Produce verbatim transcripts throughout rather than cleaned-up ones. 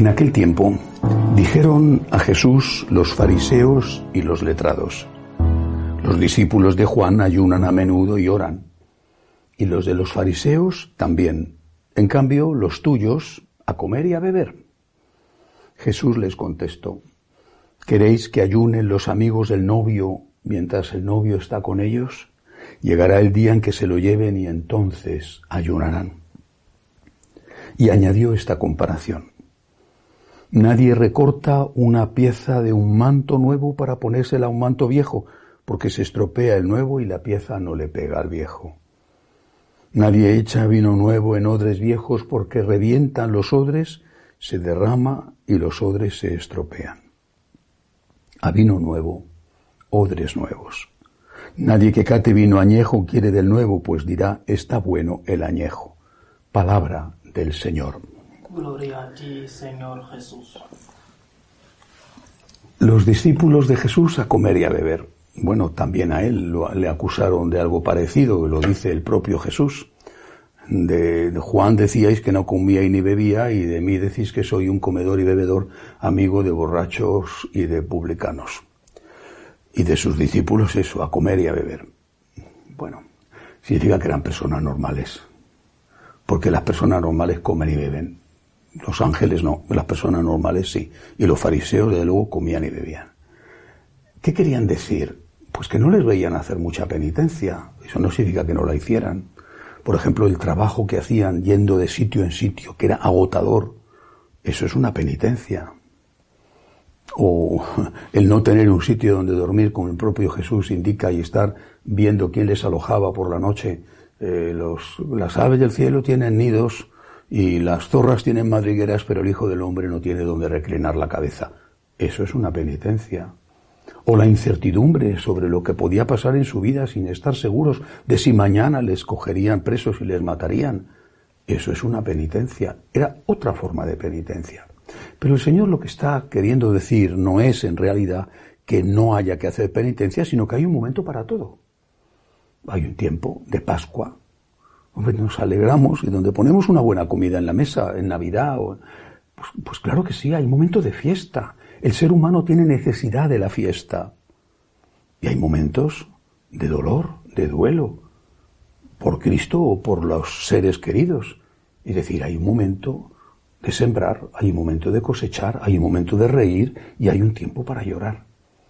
En aquel tiempo dijeron a Jesús los fariseos y los letrados: los discípulos de Juan ayunan a menudo y oran, y los de los fariseos también. En cambio, los tuyos a comer y a beber. Jesús les contestó: ¿queréis que ayunen los amigos del novio mientras el novio está con ellos? Llegará el día en que se lo lleven y entonces ayunarán. Y añadió esta comparación: nadie recorta una pieza de un manto nuevo para ponérsela a un manto viejo, porque se estropea el nuevo y la pieza no le pega al viejo. Nadie echa vino nuevo en odres viejos, porque revientan los odres, se derrama y los odres se estropean. A vino nuevo, odres nuevos. Nadie que cate vino añejo quiere del nuevo, pues dirá: está bueno el añejo. Palabra del Señor. Gloria a ti, Señor Jesús. Los discípulos de Jesús a comer y a beber. Bueno, también a él lo, le acusaron de algo parecido, lo dice el propio Jesús. De, de Juan decíais que no comía y ni bebía, y de mí decís que soy un comedor y bebedor, amigo de borrachos y de publicanos. Y de sus discípulos eso, a comer y a beber. Bueno, significa que eran personas normales, porque las personas normales comen y beben. Los ángeles no, las personas normales sí, y los fariseos desde luego comían y bebían. ¿Qué querían decir? Pues que no les veían hacer mucha penitencia. Eso no significa que no la hicieran. Por ejemplo, el trabajo que hacían yendo de sitio en sitio, que era agotador, eso es una penitencia. O el no tener un sitio donde dormir, como el propio Jesús indica, y estar viendo quién les alojaba por la noche. Eh, los, las aves del cielo tienen nidos y las zorras tienen madrigueras, pero el Hijo del Hombre no tiene donde reclinar la cabeza. Eso es una penitencia. O la incertidumbre sobre lo que podía pasar en su vida sin estar seguros de si mañana les cogerían presos y les matarían. Eso es una penitencia. Era otra forma de penitencia. Pero el Señor lo que está queriendo decir no es en realidad que no haya que hacer penitencia, sino que hay un momento para todo. Hay un tiempo de Pascua, donde nos alegramos y donde ponemos una buena comida en la mesa, en Navidad. O, pues, pues claro que sí, hay momentos de fiesta. El ser humano tiene necesidad de la fiesta. Y hay momentos de dolor, de duelo, por Cristo o por los seres queridos. Es decir, hay un momento de sembrar, hay un momento de cosechar, hay un momento de reír y hay un tiempo para llorar.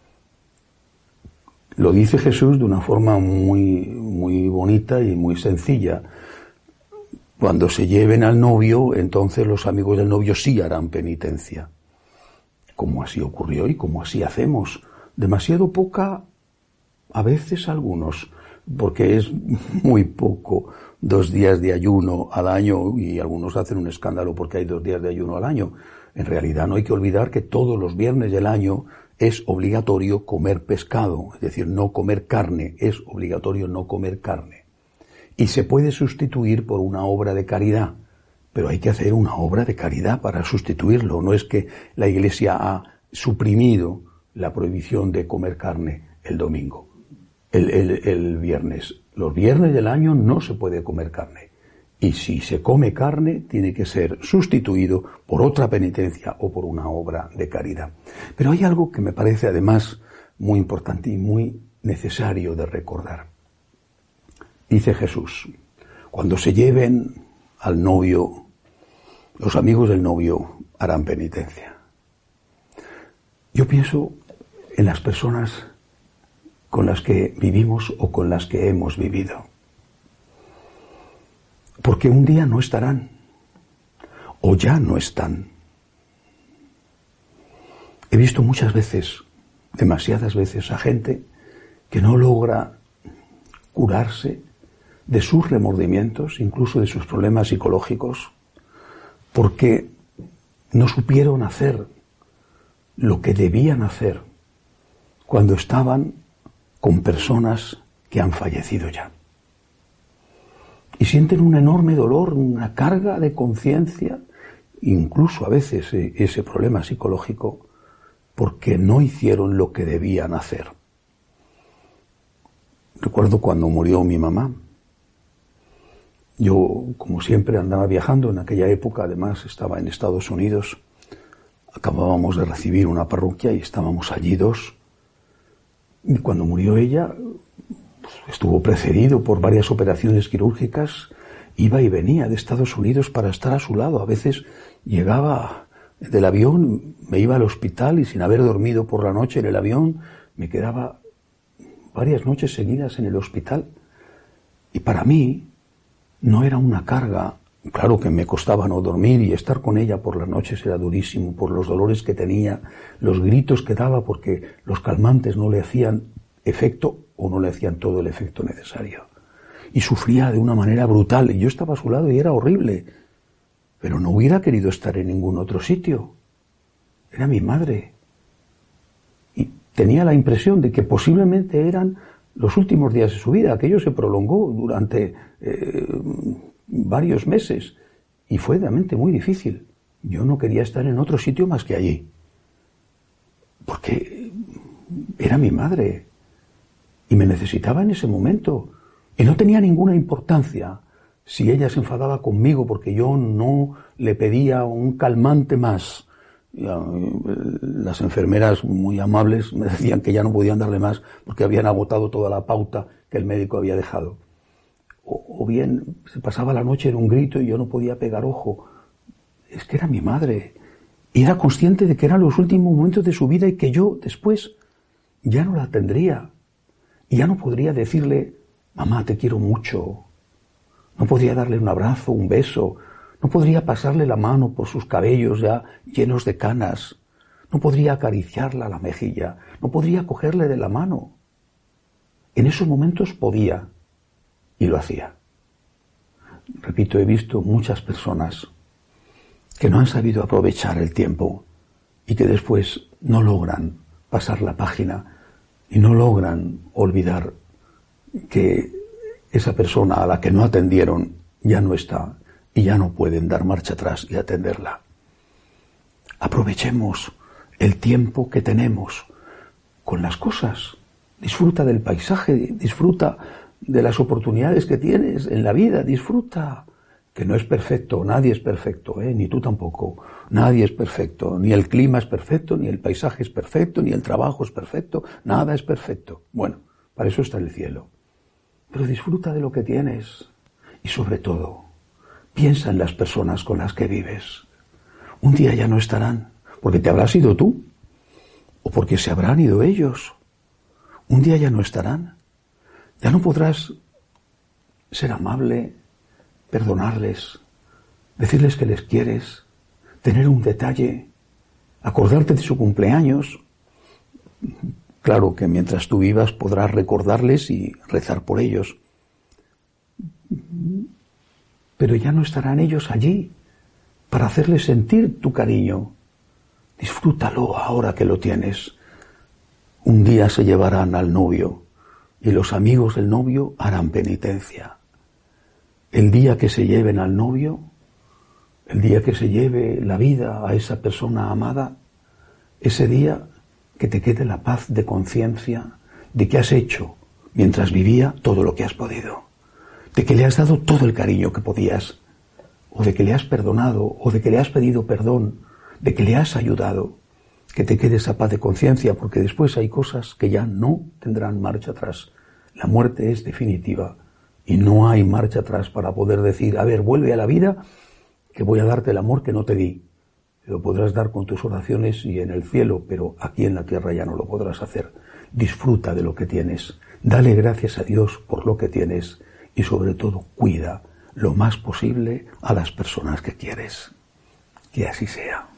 Lo dice Jesús de una forma muy, muy bonita y muy sencilla. Cuando se lleven al novio, entonces los amigos del novio sí harán penitencia. Como así ocurrió y como así hacemos. Demasiado poca, a veces algunos, porque es muy poco, dos días de ayuno al año, y algunos hacen un escándalo porque hay dos días de ayuno al año. En realidad no hay que olvidar que todos los viernes del año es obligatorio comer pescado, es decir, no comer carne, es obligatorio no comer carne. Y se puede sustituir por una obra de caridad, pero hay que hacer una obra de caridad para sustituirlo. No es que la Iglesia ha suprimido la prohibición de comer carne el domingo, el, el, el viernes. Los viernes del año no se puede comer carne. Y si se come carne, tiene que ser sustituido por otra penitencia o por una obra de caridad. Pero hay algo que me parece además muy importante y muy necesario de recordar. Dice Jesús: cuando se lleven al novio, los amigos del novio harán penitencia. Yo pienso en las personas con las que vivimos o con las que hemos vivido. Porque un día no estarán, o ya no están. He visto muchas veces, demasiadas veces, a gente que no logra curarse de sus remordimientos, incluso de sus problemas psicológicos, porque no supieron hacer lo que debían hacer cuando estaban con personas que han fallecido ya. Y sienten un enorme dolor, una carga de conciencia, incluso a veces ese problema psicológico, porque no hicieron lo que debían hacer. Recuerdo cuando murió mi mamá. Yo, como siempre, andaba viajando. En aquella época, además, estaba en Estados Unidos acabábamos de recibir una parroquia y estábamos allí dos. Y cuando murió ella, pues, estuvo precedido por varias operaciones quirúrgicas, iba y venía de Estados Unidos para estar a su lado. A veces llegaba del avión, me iba al hospital y sin haber dormido por la noche en el avión, me quedaba varias noches seguidas en el hospital. Y para mí no era una carga. Claro que me costaba no dormir y estar con ella por las noches era durísimo por los dolores que tenía, los gritos que daba porque los calmantes no le hacían efecto o no le hacían todo el efecto necesario. Y sufría de una manera brutal y yo estaba a su lado y era horrible. Pero no hubiera querido estar en ningún otro sitio. Era mi madre. Y tenía la impresión de que posiblemente eran los últimos días de su vida. Aquello se prolongó durante eh, varios meses y fue realmente muy difícil. Yo no quería estar en otro sitio más que allí. Porque era mi madre y me necesitaba en ese momento. Y no tenía ninguna importancia si ella se enfadaba conmigo porque yo no le pedía un calmante más. Las enfermeras muy amables me decían que ya no podían darle más porque habían agotado toda la pauta que el médico había dejado. O, o bien se pasaba la noche en un grito y yo no podía pegar ojo. Es que era mi madre. Y era consciente de que eran los últimos momentos de su vida y que yo después ya no la tendría. Y ya no podría decirle, mamá, te quiero mucho. No podría darle un abrazo, un beso. No podría pasarle la mano por sus cabellos ya llenos de canas. No podría acariciarla la mejilla. No podría cogerle de la mano. En esos momentos podía. Y lo hacía. Repito, he visto muchas personas que no han sabido aprovechar el tiempo y que después no logran pasar la página y no logran olvidar que esa persona a la que no atendieron ya no está y ya no pueden dar marcha atrás y atenderla. Aprovechemos el tiempo que tenemos con las cosas. Disfruta del paisaje, disfruta de las oportunidades que tienes en la vida, disfruta. Que no es perfecto, nadie es perfecto, ¿eh? Ni tú tampoco. Nadie es perfecto, ni el clima es perfecto, ni el paisaje es perfecto, ni el trabajo es perfecto, nada es perfecto. Bueno, para eso está el cielo. Pero disfruta de lo que tienes y sobre todo, piensa en las personas con las que vives. Un día ya no estarán, porque te habrás ido tú, o porque se habrán ido ellos. Un día ya no estarán. Ya no podrás ser amable, perdonarles, decirles que les quieres, tener un detalle, acordarte de su cumpleaños. Claro que mientras tú vivas podrás recordarles y rezar por ellos. Pero ya no estarán ellos allí para hacerles sentir tu cariño. Disfrútalo ahora que lo tienes. Un día se llevarán al novio y los amigos del novio harán penitencia. El día que se lleven al novio, el día que se lleve la vida a esa persona amada, ese día que te quede la paz de conciencia de que has hecho, mientras vivía, todo lo que has podido, de que le has dado todo el cariño que podías, o de que le has perdonado, o de que le has pedido perdón, de que le has ayudado, que te quede esa paz de conciencia, porque después hay cosas que ya no tendrán marcha atrás. La muerte es definitiva y no hay marcha atrás para poder decir, a ver, vuelve a la vida, que voy a darte el amor que no te di. Lo podrás dar con tus oraciones y en el cielo, pero aquí en la tierra ya no lo podrás hacer. Disfruta de lo que tienes, dale gracias a Dios por lo que tienes y sobre todo cuida lo más posible a las personas que quieres. Que así sea.